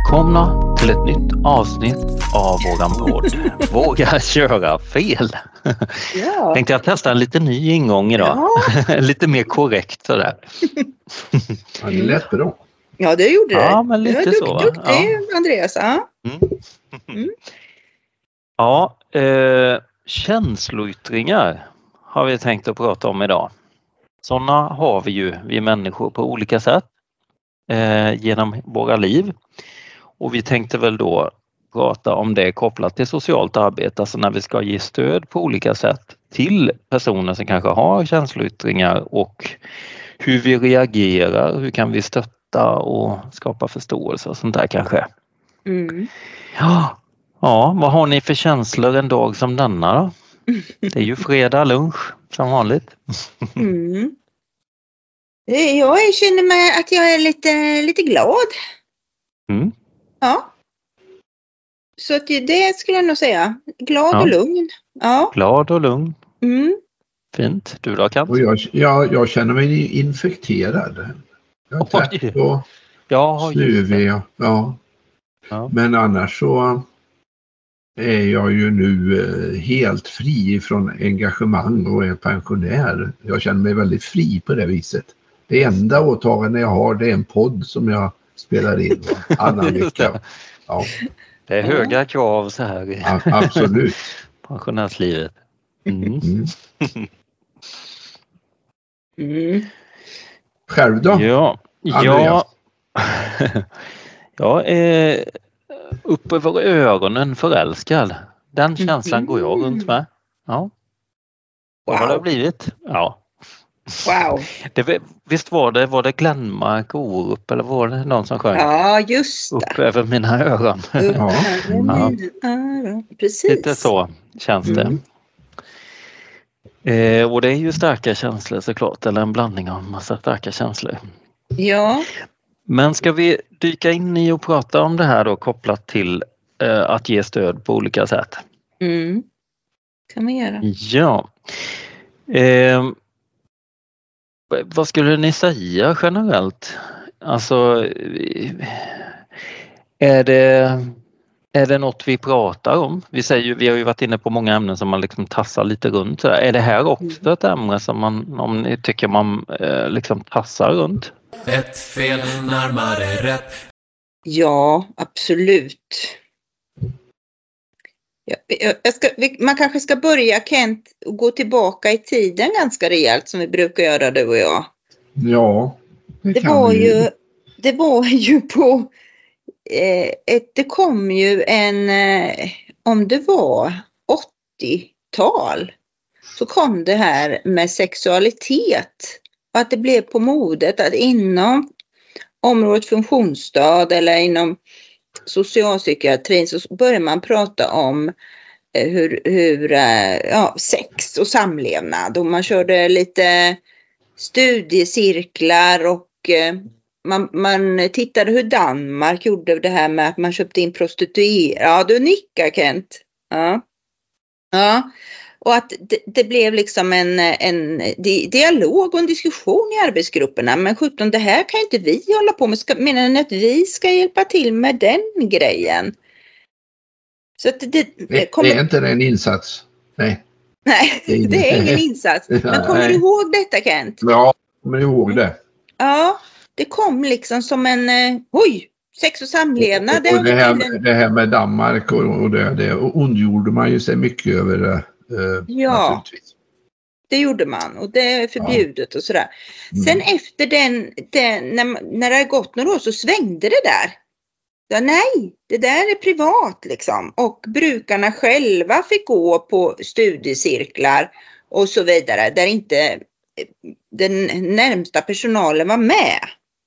Välkomna till ett nytt avsnitt av våran podd. Våga köra fel. Ja. Tänkte jag testa en lite ny ingång idag. Ja. Lite mer korrekt sådär. Ja, det lät bra. Ja, det gjorde det. Ja, men lite så. Duktig, Ja. Andreas. Ja. Mm. Ja, känsloyttringar har vi tänkt att prata om idag. Sådana har vi människor på olika sätt genom våra liv. Och vi tänkte väl då prata om det kopplat till socialt arbete, alltså när vi ska ge stöd på olika sätt till personer som kanske har känsloyttringar och hur vi reagerar, hur kan vi stötta och skapa förståelse och sånt där kanske. Mm. Ja, vad har ni för känslor en dag som denna då? Det är ju fredag lunch som vanligt. Mm. Jag känner mig att jag är lite glad. Mm. Ja. Så att det skulle jag nog säga. Glad Ja. och lugn. Ja. Glad och lugn. Mm. Fint. Du då, Kant? Och jag känner mig infekterad. Jag är trött och snuvig. Ja. Men annars så är jag ju nu helt fri från engagemang och är pensionär. Jag känner mig väldigt fri på det viset. Det enda åtagande jag har, det är en podd som jag spelar in annan vecka. Ja. Det är höga krav så här i absolut. pensionärslivet. Mm. Mm. Själv då? Ja. Jag är upp över ögonen förälskad. Den känslan går jag runt med. Ja. Vad har det blivit? Ja. Wow. Visst var det Glenmark och Orup eller var det någon som sjöng? Ja, just det. Upp över mina öron. Ja. Precis. Lite så känns det. Och det är ju starka känslor såklart, eller en blandning av en massa starka känslor. Ja. Men ska vi dyka in i och prata om det här då kopplat till att ge stöd på olika sätt? Mm. Kan man göra. Ja. Vad skulle ni säga generellt? Alltså, är det något vi pratar om? Vi har ju varit inne på många ämnen som man liksom tassar lite runt. Är det här också ett ämne som man, om ni tycker man liksom tassar runt? Ett fel närmare rätt. Ja, absolut. Man kanske ska börja, Kent, och gå tillbaka i tiden ganska rejält som vi brukar göra, du och jag. Ja, det var ju på det kom ju om det var 80-tal så kom det här med sexualitet och att det blev på modet att inom området funktionsstöd eller inom socialpsykiatrin så börjar man prata om hur sex och samlevnad, och man körde lite studiecirklar och man tittade hur Danmark gjorde det här med att man köpte in prostituerade. Ja, du nickar, Kent. Ja. Och att det blev liksom en dialog och en diskussion i arbetsgrupperna. Men 17, det här kan inte vi hålla på med. Menar ni att vi ska hjälpa till med den grejen? Så att det är inte det en insats? Nej. Nej, det är ingen insats. Men kommer du ihåg detta, Kent? Ja, jag kommer ihåg det. Ja, det kom liksom som en sex och samlevnad. Och det här med Danmark och det ondgjorde man ju sig mycket över det. Ja, naturligtvis. Det gjorde man och det är förbjudet och sådär. Sen efter när det har gått några år så svängde det där. Ja, nej, det där är privat liksom. Och brukarna själva fick gå på studiecirklar och så vidare där inte den närmsta personalen var med.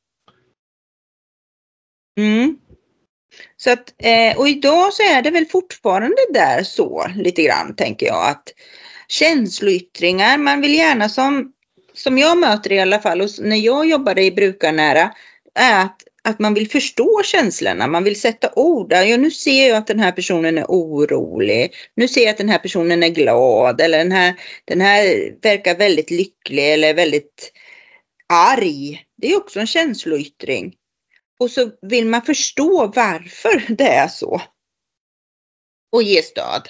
Så att, och idag så är det väl fortfarande där så lite grann, tänker jag, att känsloyttringar, man vill gärna som jag möter i alla fall, och när jag jobbade i brukarnära, är att man vill förstå känslorna, man vill sätta ord. Ja, nu ser jag att den här personen är orolig, nu ser jag att den här personen är glad, eller den här verkar väldigt lycklig eller väldigt arg. Det är också en känsloyttring. Och så vill man förstå varför det är så. Och ge stöd.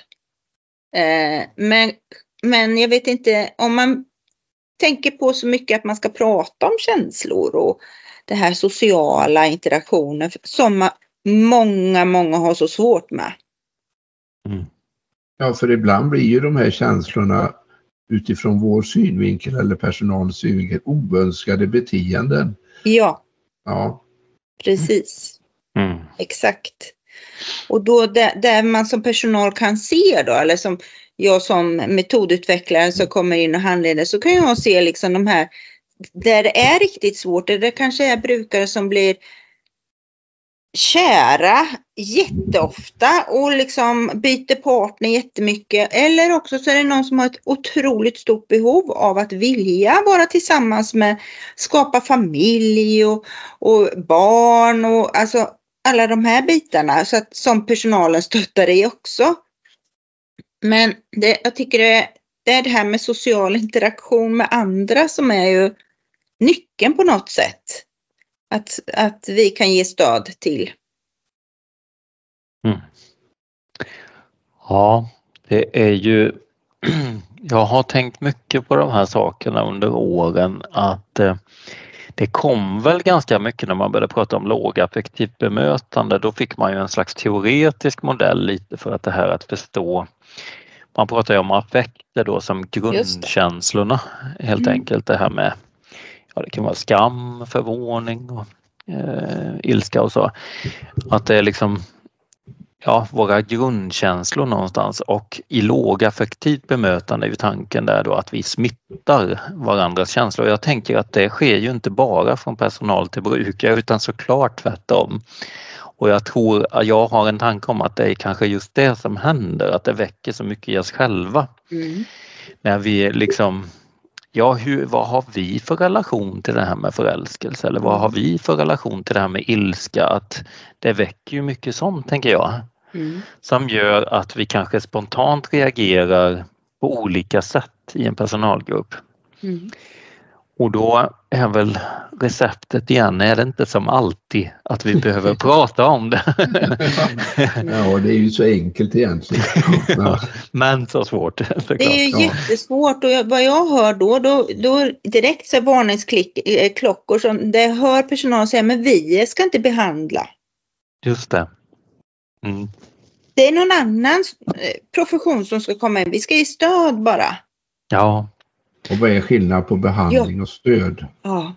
Men jag vet inte, om man tänker på så mycket att man ska prata om känslor och det här sociala interaktionen som många har så svårt med. Mm. Ja, för ibland blir ju de här känslorna utifrån vår synvinkel eller personalens synvinkel oönskade beteenden. Ja. Ja. Precis. Exakt. Och då där man som personal kan se då, eller som jag som metodutvecklare som kommer in och handleder, så kan jag se liksom de här där det är riktigt svårt, där det kanske är brukare som blir kära jätteofta och liksom byter partner jättemycket, eller också så är det någon som har ett otroligt stort behov av att vilja vara tillsammans med, skapa familj och barn och alltså alla de här bitarna, så att som personalen stöttar i också. Men jag tycker det är det här med social interaktion med andra som är ju nyckeln på något sätt. Att vi kan ge stöd till. Ja, det är ju... Jag har tänkt mycket på de här sakerna under åren, att det kom väl ganska mycket när man började prata om lågaffektivt bemötande. Då fick man ju en slags teoretisk modell lite för att det här att förstå. Man pratar ju om affekter då som grundkänslorna helt enkelt. Det här med, det kan vara skam, förvåning och ilska och så. Att det är liksom våra grundkänslor någonstans, och i lågaffektivt bemötande är ju tanken där då att vi smittar varandras känslor. Jag tänker att det sker ju inte bara från personal till brukare utan såklart tvärtom. Och jag tror att jag har en tanke om att det är kanske just det som händer, att det väcker så mycket i oss själva. När vi liksom, vad har vi för relation till det här med förälskelse, eller vad har vi för relation till det här med ilska, att det väcker ju mycket sånt, tänker jag. Som gör att vi kanske spontant reagerar på olika sätt i en personalgrupp. Och då är väl receptet igen, är det inte som alltid att vi behöver prata om det. Ja, det är ju så enkelt egentligen. Ja. Men så svårt. Det är ju jättesvårt, och vad jag hör då direkt så varningsklockor som det hör personal säga, men vi ska inte behandla. Just det. Det är någon annan profession som ska komma in. Vi ska ge stöd bara. Ja. Och vad är skillnad på behandling och stöd? Ja.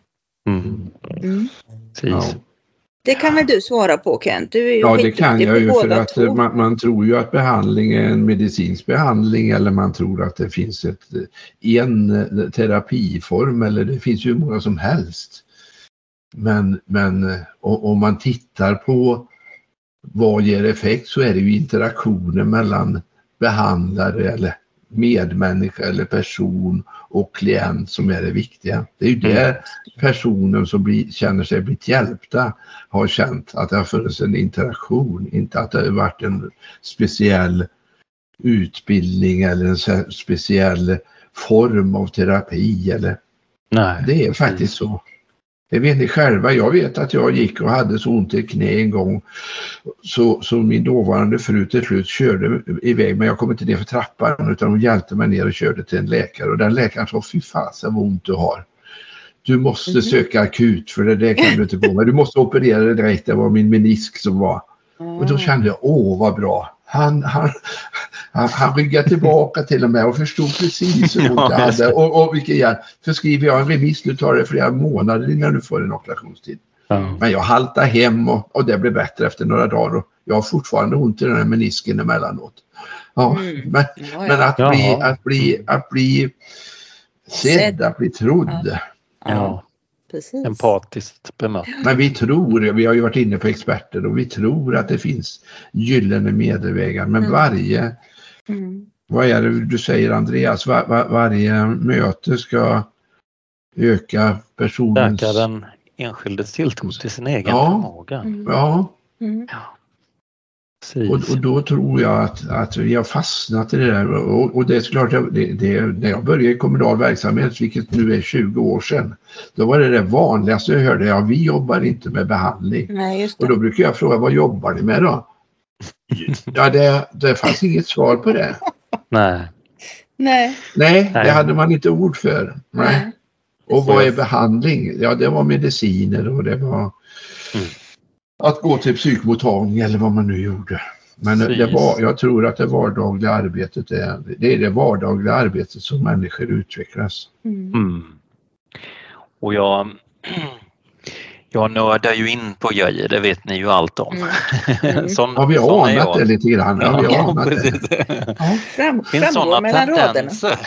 Ja. Det kan väl du svara på, Kent? Du är ju det kan jag ju, för att man tror ju att behandling är en medicinsk behandling, eller man tror att det finns en terapiform, eller det finns ju många som helst. Men om man tittar på vad ger effekt, så är det ju interaktionen mellan behandlare eller medmänniska eller person och klient som är det viktiga. Det är ju det personen som känner sig blivit hjälpta har känt, att det har funnits en interaktion, inte att det har varit en speciell utbildning eller en speciell form av terapi. Eller. Nej, det är faktiskt så. Det vet ni själva. Jag vet att jag gick och hade så ont i knä en gång, så min dåvarande fru till slut körde iväg, men jag kom inte ner för trappan, utan hon hjälpte mig ner och körde till en läkare, och den läkaren sa, fy fasen vad ont du har. Du måste söka akut, för det kan du inte gå med. Du måste operera det direkt. Det var min menisk som var. Och då kände jag, vad bra. Han ryggade tillbaka till och med och förstod precis hur ont jag hade. Och vilken hjälp. För skriver jag en remiss, nu tar det flera månader innan du får en operationstid. Men jag haltade hem och det blev bättre efter några dagar. Och jag har fortfarande ont i den här menisken emellanåt. Men att bli sedd, att bli trodd. Ja. Precis. Empatiskt bemött. Men vi har ju varit inne på experter, och vi tror att det finns gyllene medelvägar, men vad är det du säger, Andreas, varje möte ska öka personens... Öka den enskildes tilltro till sin egen förmåga. Ja. Och då tror jag att vi har fastnat i det där. Och det är klart, när jag började i kommunal verksamhet, vilket nu är 20 år sedan, då var det vanligaste jag hörde, ja, vi jobbar inte med behandling. Nej, just det. Och då brukar jag fråga, vad jobbar ni med då? Ja, det fanns inget svar på det. Nej, det hade man inte ord för. Nej. Och vad är behandling? Ja, det var mediciner och det var att gå till psykmottagning eller vad man nu gjorde. Men jag tror att det vardagliga arbetet det är det vardagliga arbetet som människor utvecklas. Och jag nördar ju in på grejer, det vet ni ju allt om. Har vi anat det lite grann? Ja, vi har anat det. Finns sådana tendenser.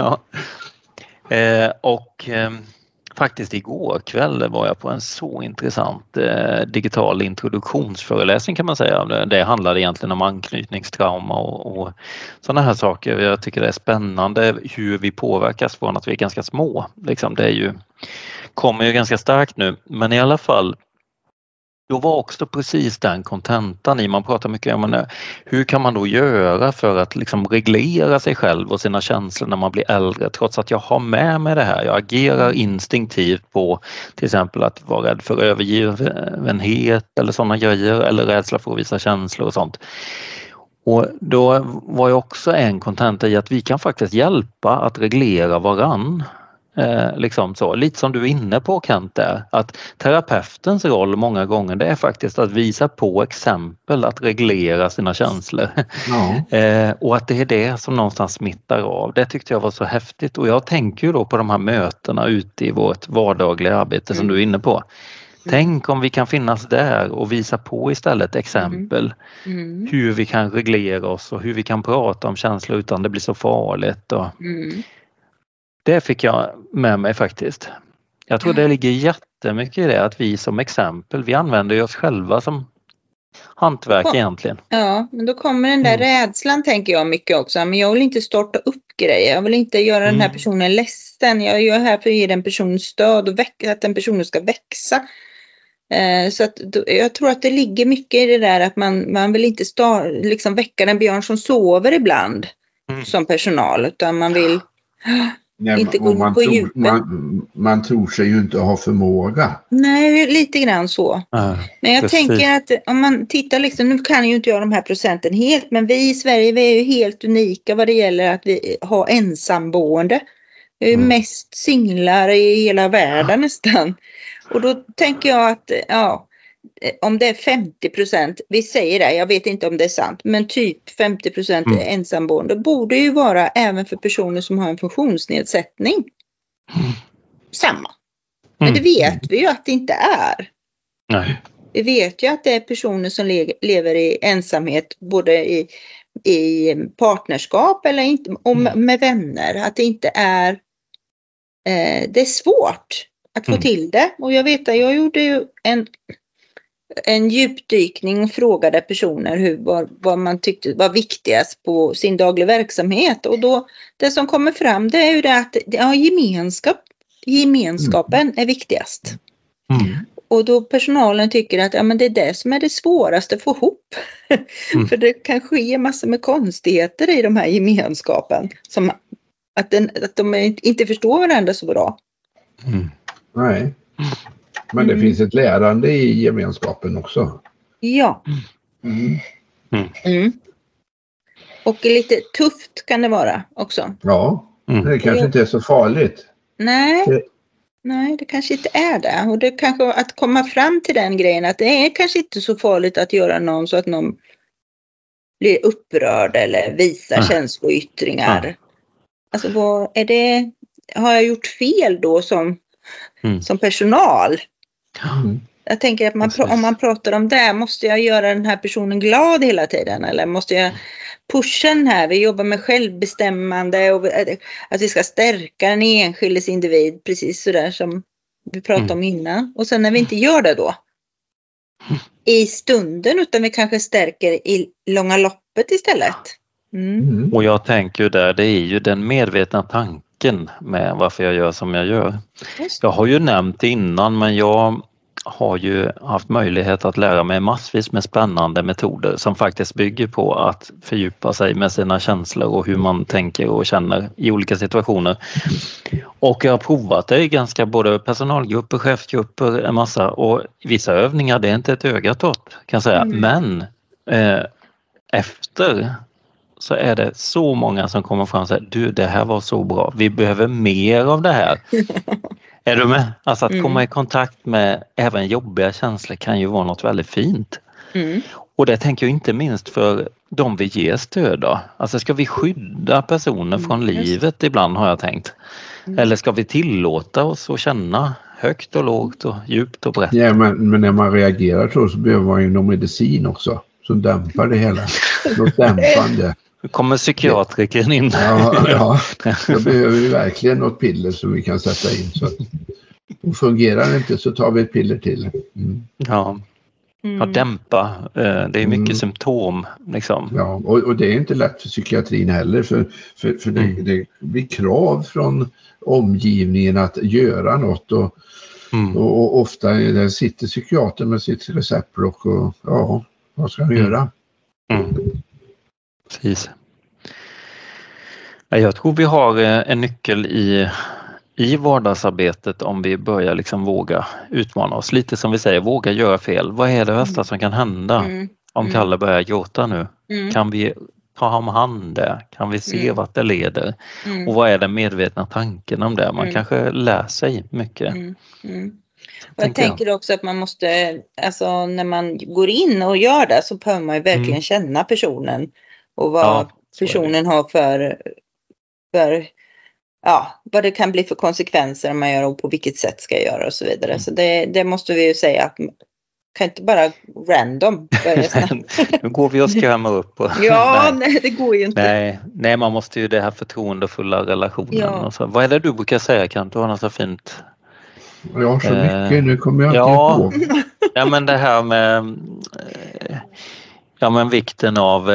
Faktiskt igår kväll var jag på en så intressant digital introduktionsföreläsning kan man säga. Det handlade egentligen om anknytningstrauma och sådana här saker. Jag tycker det är spännande hur vi påverkas från att vi är ganska små. Liksom, det kommer ju ganska starkt nu, men i alla fall då var också precis den kontentan i. Man pratar mycket om hur kan man då göra för att liksom reglera sig själv och sina känslor när man blir äldre, trots att jag har med mig det här. Jag agerar instinktivt på till exempel att vara rädd för övergivenhet eller sådana grejer, eller rädsla för att visa känslor och sånt. Och då var ju också en kontenta i att vi kan faktiskt hjälpa att reglera varann. Liksom så. Lite som du är inne på, Kent, där, att terapeutens roll många gånger det är faktiskt att visa på exempel att reglera sina känslor. Och att det är det som någonstans smittar av. Det tyckte jag var så häftigt, och jag tänker ju då på de här mötena ute i vårt vardagliga arbete som du är inne på. Tänk om vi kan finnas där och visa på istället exempel hur vi kan reglera oss och hur vi kan prata om känslor utan det blir så farligt. Och det fick jag med mig faktiskt. Jag tror det ligger jättemycket i det att vi som exempel, vi använder oss själva som hantverk egentligen. Ja, men då kommer den där rädslan tänker jag mycket också. Men jag vill inte starta upp grejer. Jag vill inte göra den här personen ledsen. Jag är här för att ge den personen stöd och att den personen ska växa. Så att jag tror att det ligger mycket i det där att man vill inte liksom väcka den björn som sover ibland som personal, utan man vill inte gå på djupet. Man tror sig ju inte ha förmåga. Nej, lite grann så. Men jag tänker att om man tittar liksom, nu kan ju inte jag de här procenten helt, men vi i Sverige vi är ju helt unika vad det gäller att vi har ensamboende. Vi är mest singlar i hela världen nästan. Och då tänker jag att om det är 50%, vi säger det, jag vet inte om det är sant, men typ 50% ensamboende borde ju vara även för personer som har en funktionsnedsättning. Samma. Men det vet vi ju att det inte är. Nej. Vi vet ju att det är personer som lever i ensamhet både i partnerskap eller inte, och med vänner. Att det inte är det är svårt att få till det. Och jag vet att jag gjorde ju en djupdykning och frågade personer vad man tyckte var viktigast på sin dagliga verksamhet. Och då, det som kommer fram det är ju det att gemenskapen är viktigast. Och då personalen tycker att men det är det som är det svåraste att få ihop. För det kan ske massor med konstigheter i de här gemenskapen. Som att de inte förstår varandra så bra. Nej. Men det finns ett lärande i gemenskapen också. Ja. Och lite tufft kan det vara också. Ja, det kanske inte är så farligt. Nej, det kanske inte är det. Och det kanske att komma fram till den grejen att det är kanske inte så farligt att göra någon så att någon blir upprörd eller visar känsloyttringar. Alltså vad är det? Har jag gjort fel då som personal? Jag tänker att om man pratar om det, måste jag göra den här personen glad hela tiden? Eller måste jag pusha den här? Vi jobbar med självbestämmande och att vi ska stärka den enskildes individ, precis så där som vi pratade om innan. Och sen när vi inte gör det då i stunden, utan vi kanske stärker i långa loppet istället. Och jag tänker ju där, det är ju den medvetna tanken med varför jag gör som jag gör. Jag har ju nämnt innan, men jag har ju haft möjlighet att lära mig massvis med spännande metoder som faktiskt bygger på att fördjupa sig med sina känslor och hur man tänker och känner i olika situationer. Och jag har provat det i ganska både personalgrupper, chefsgrupper, en massa, och vissa övningar, det är inte ett öga torrt kan jag säga, men efter så är det så många som kommer fram och säger, du, det här var så bra, vi behöver mer av det här. Är du med? Alltså att komma i kontakt med även jobbiga känslor kan ju vara något väldigt fint. Och det tänker jag inte minst för de vi ger stöd då. Alltså ska vi skydda personer från livet ibland, har jag tänkt. Eller ska vi tillåta oss att känna högt och lågt och djupt och brett? Ja, men när man reagerar så behöver man ju någon medicin också som dämpar det hela. Något dämpande. Nu kommer psykiatriken in. Ja, då behöver vi verkligen något piller som vi kan sätta in. Så att, och fungerar det inte så tar vi ett piller till. Ja, dämpa. Det är mycket symptom. Liksom. Ja, och det är inte lätt för psykiatrin heller. För det blir krav från omgivningen att göra något. Och ofta där sitter psykiatern med sitt receptblock och ja, vad ska han göra? Precis. Jag tror vi har en nyckel i vardagsarbetet om vi börjar liksom våga utmana oss. Lite som vi säger, våga göra fel. Vad är det värsta som kan hända om Kalle börjar gråta nu? Kan vi ta om hand det? Kan vi se vart det leder? Och vad är den medvetna tanken om det? Man kanske lär sig mycket. Jag tänker också att man måste, alltså när man går in och gör det så behöver man ju verkligen känna personen och vad personen har för vad det kan bli för konsekvenser om man gör och på vilket sätt ska jag göra och så vidare. Så det måste vi ju säga att man kan inte bara random börja snabbt. Nu går vi och skrämmer upp. Nej, det går ju inte. Nej, man måste ju det här förtroendefulla relationen. Och så. Vad är det du brukar säga? Kan du ha något så fint? Jag har så mycket, nu kommer jag inte ihåg. Ja, men det här med vikten av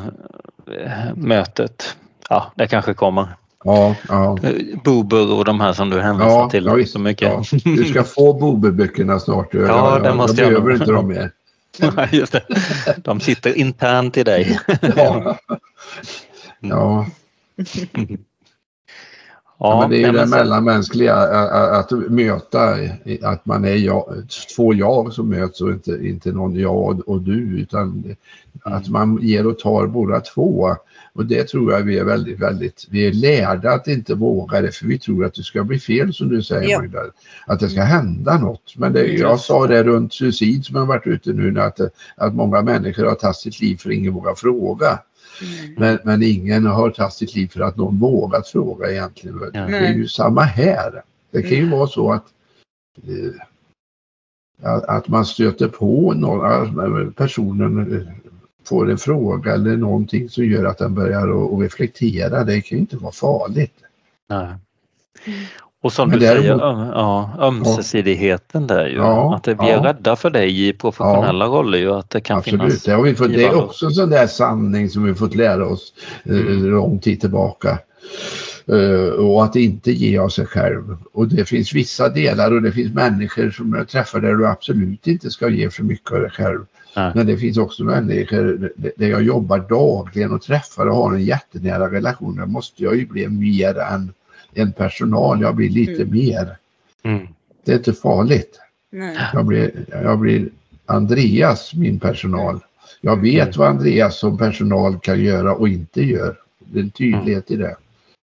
mötet. Ja, det kanske kommer. Ja. Buber och de här som du hänvisar till. Visst, så mycket. Ja. Du ska få Buberböckerna snart. Det måste jag. Behöver inte de mer. Just det. De sitter internt i dig. Ja, men det är ju det mellanmänskliga att möta, att man är två jag som möts och inte någon jag och du, utan att man ger och tar båda två. Och det tror jag vi är väldigt, vi är lärda att inte våga det, för vi tror att det ska bli fel som du säger, Magda, att det ska hända något. Men jag sa det runt suicid som har varit ute nu, att många människor har tagit sitt liv för ingen vågar fråga. Men ingen har tagit sitt liv för att någon vågat fråga egentligen. Det är ju samma här. Det kan ju vara så att man stöter på någon, personen får en fråga eller någonting som gör att den börjar att reflektera. Det kan ju inte vara farligt. Nej. Och som du säger, ömsesidigheten där ju. Att vi är rädda för dig i professionella roller ju, att det kan finnas. Det har vi fått, det är också en sån där sanning som vi fått lära oss lång tid tillbaka. Och att inte ge av sig själv. Och det finns vissa delar och det finns människor som jag träffar där du absolut inte ska ge för mycket av dig själv. Men det finns också människor där jag jobbar dagligen och träffar och har en jättenära relation. Där måste jag ju bli mer än en personal. Jag blir lite mer. Det är inte farligt. Jag blir Andreas, min personal. Jag vet vad Andreas som personal kan göra och inte gör. Det är en tydlighet i det.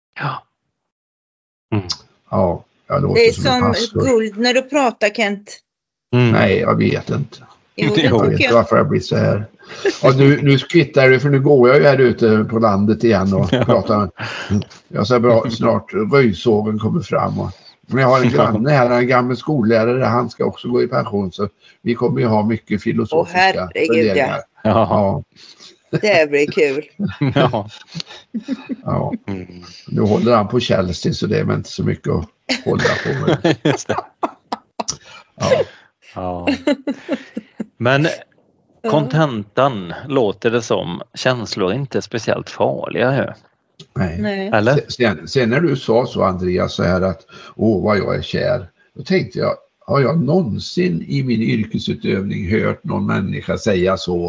Jag låter det är som guld när du pratar, Kent. Nej, jag vet inte. Jag vet inte varför jag blir så här. Och nu skvittar det, för nu går jag ju här ute på landet igen och pratar. Jag ser bra, snart röjsågen kommer fram. Men jag har en granne här, en gammal skollärare, han ska också gå i pension, så vi kommer ju ha mycket filosofiska funderingar. Ja. Det blir kul. Nu håller han på Chelsea, så det är inte så mycket att hålla på med. Just det. Men kontentan låter det som, känslor inte speciellt farliga. Nej. Eller? Sen när du sa så, Andreas, så här att vad jag är kär, då tänkte jag, har jag någonsin i min yrkesutövning hört någon människa säga så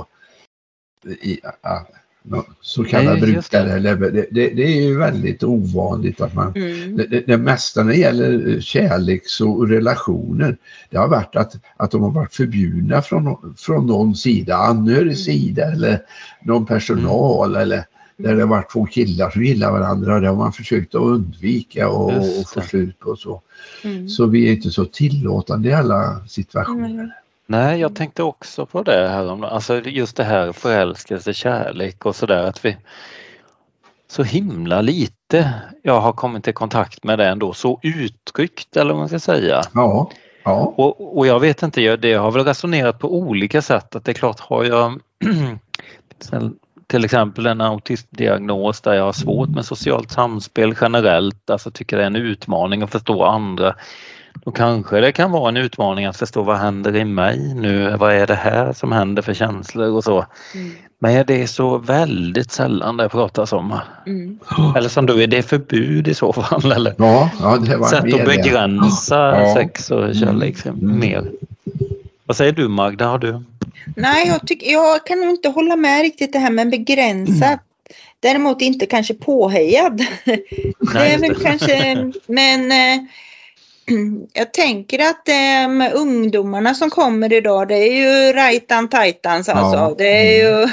så kallad brukare. Eller, det är ju väldigt ovanligt att man det mesta när det gäller kärleks- och relationer, det har varit att de har varit förbjudna från någon sida, anhörig sida eller någon personal eller där det har varit två killar som gillar varandra och det har man försökt att undvika och få slut på så. Så vi är inte så tillåtande i alla situationer. Nej, jag tänkte också på det här. Alltså just det här förälskelse, kärlek och sådär. Att vi så himla lite jag har kommit i kontakt med det ändå. Så uttryckt eller vad man ska säga. Ja. Och jag vet inte, det har väl resonerat på olika sätt. Att det är klart har jag till exempel en autistdiagnos där jag har svårt med socialt samspel generellt. Alltså tycker det är en utmaning att förstå andra. Då kanske det kan vara en utmaning att förstå vad händer i mig nu, vad är det här som händer för känslor och så. Men det är så väldigt sällan det pratas om. Eller som du är, det är förbud i så fall. Eller det var sätt att begränsa sex och kärlek mer. Vad säger du Magda, har du? Nej, jag kan nog inte hålla med riktigt det här med begränsat. Däremot inte kanske påhejad. Det är väl kanske, men jag tänker att med ungdomarna som kommer idag, det är ju rajtan tajtans alltså. Det är ju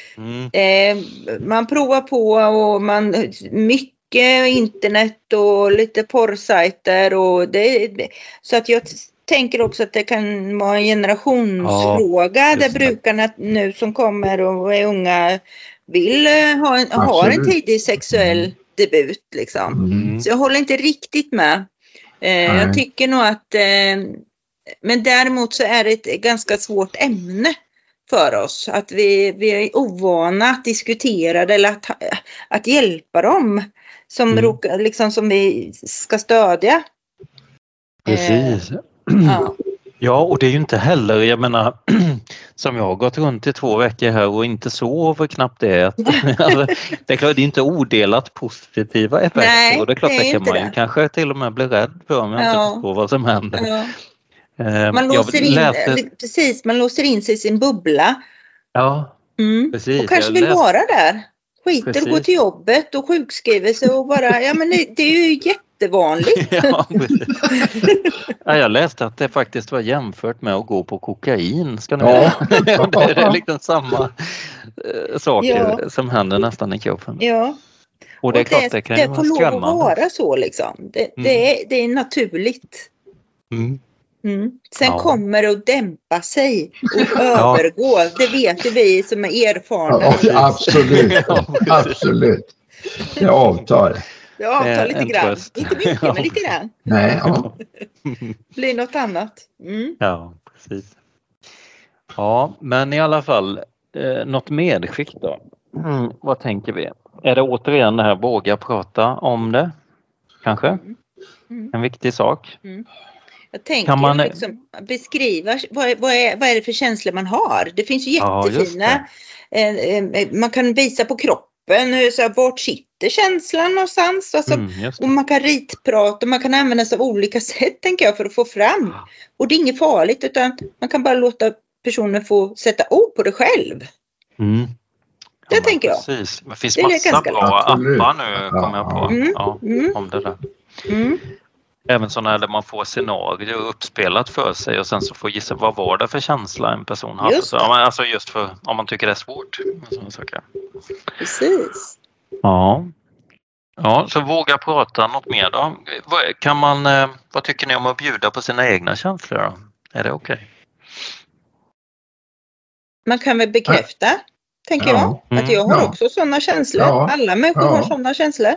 man provar på och mycket internet och lite porrsajter och så att jag tänker också att det kan vara en generationsfråga där brukarna nu som kommer och är unga vill ha en tidig sexuell debut liksom. Så jag håller inte riktigt med. Jag tycker nog att men däremot så är det ett ganska svårt ämne för oss att vi är ovana att diskutera det eller att hjälpa dem som liksom som vi ska stödja. Precis. Ja, och det är ju inte heller, jag menar, som jag har gått runt i 2 veckor här och inte sover knappt det. Alltså, det är klart, det är inte odelat positiva effekter. Nej, och det är klart, det kan man ju det. Kanske till och med bli rädd för om jag inte förstår vad som händer. Man låser in sig i sin bubbla. Ja, precis. Och kanske vill vara där. Skiter och gå till jobbet och sjukskriver sig och bara, men det är ju jättevanligt. Jag läste att det faktiskt var jämfört med att gå på kokain. Ska ni det är liksom samma saker som händer nästan i kroppen. Ja. Och det är klart, det kan ju vara skrämmande. Det får lov att vara så liksom. Det är naturligt. Sen kommer det att dämpa sig och övergå. Det vet ju vi som är erfarna. Absolut. Det avtar. Det avtar lite grann. Inte mycket, men lite grann. Nej, blir något annat. Ja, precis. Ja, men i alla fall något medskick då. Vad tänker vi? Är det återigen det här våga prata om det? Kanske? En viktig sak. Jag tänker liksom beskriva vad är det för känslor man har. Det finns ju jättefina. Man kan visa på kroppen så här, vart sitter känslan någonstans. Alltså, och man kan ritprata och man kan använda sig av olika sätt tänker jag för att få fram. Och det är inget farligt utan man kan bara låta personen få sätta ord på det själv. Det tänker jag. Precis. Det finns massa bra appar nu kommer jag på om det där. Även sådana där man får scenarier uppspelat för sig och sen så får gissa vad var det för känsla en person hade. Alltså just för om man tycker det är svårt. Precis. Ja, så våga prata något mer då. Vad tycker ni om att bjuda på sina egna känslor då? Är det okej? Man kan väl bekräfta, tänker jag. Att jag har också sådana känslor. Alla människor har sådana känslor.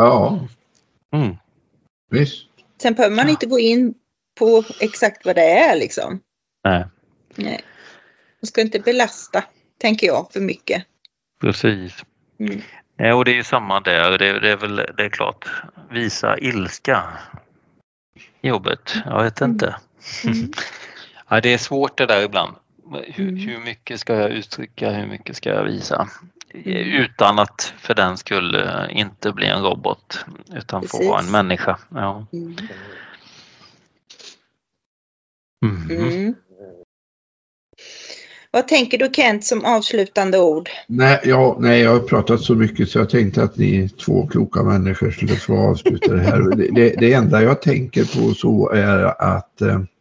Visst. Sen behöver man inte gå in på exakt vad det är liksom. Nej. Man ska inte belasta, tänker jag, för mycket. Precis. Ja, och det är ju samma där. Det är klart. Visa ilska i jobbet. Jag vet inte. Ja, det är svårt det där ibland. Hur mycket ska jag uttrycka? Hur mycket ska jag visa? Utan att för den skulle inte bli en robot utan få vara en människa. Ja. Mm. Vad tänker du, Kent, som avslutande ord? Nej, jag har pratat så mycket så jag tänkte att ni 2 kloka människor skulle få avsluta det här. Det enda jag tänker på så är att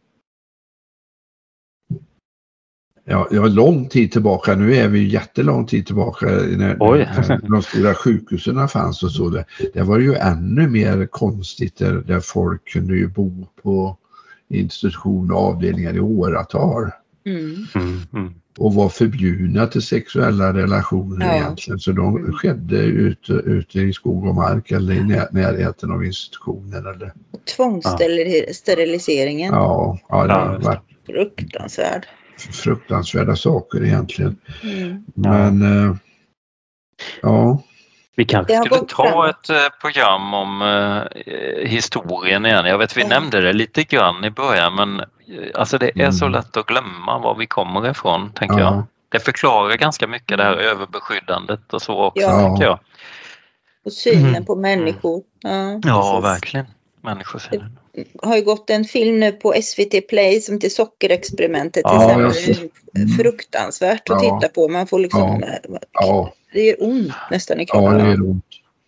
lång tid tillbaka, nu är vi jättelång tid tillbaka när de stora sjukhusen fanns och så. Det var ju ännu mer konstigt där folk kunde ju bo på institutioner och avdelningar i åratal. Och var förbjudna till sexuella relationer egentligen. Så de skedde ute i skog och mark eller i närheten av institutionen. Eller. Tvångssteriliseringen. Ja, det var fruktansvärda saker egentligen. Men ja. Vi kanske skulle ta ett program om historien igen. Jag vet vi nämnde det lite grann i början, men alltså det är så lätt att glömma var vi kommer ifrån, tänker jag. Det förklarar ganska mycket det här överbeskyddandet och så också, tänker jag. Och synen på människor. Ja, verkligen. Människosynen. Det har ju gått en film nu på SVT Play som till Sockerexperimentet. Fruktansvärt att titta på. Man får liksom... Det gör ont nästan i kroppen. Ja, det gör ont.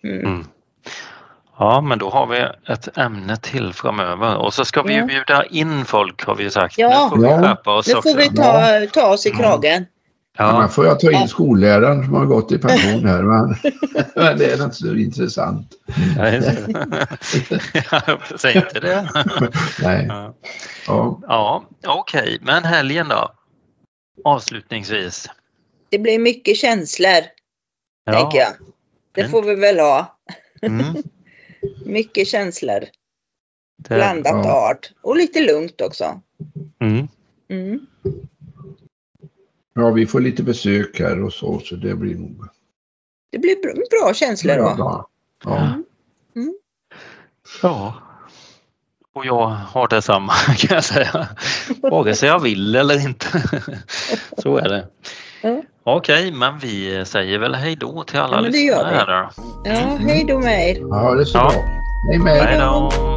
Ja, men då har vi ett ämne till framöver. Och så ska vi ju bjuda in folk, har vi sagt. Ja. Nu får vi skärpa oss också. Nu får vi ta oss i kragen. Ja, får jag ta in skolläraren som har gått i pension här. Men det är inte så intressant. Säg inte det. Nej. Ja, okej. Men helgen då? Avslutningsvis. Det blir mycket känslor, tänker jag. Det får vi väl ha. Mycket känslor. Blandat art. Och lite lugnt också. Ja, vi får lite besök här och så det blir nog... Det blir bra känslor då. Ja. Och jag har detsamma, kan jag säga. Vare sig jag vill eller inte. Så är det. Okej, men vi säger väl hej då till alla lyssnare här då. Ja, hej då med er. Ja, det är så bra. Hej med er. Hej då.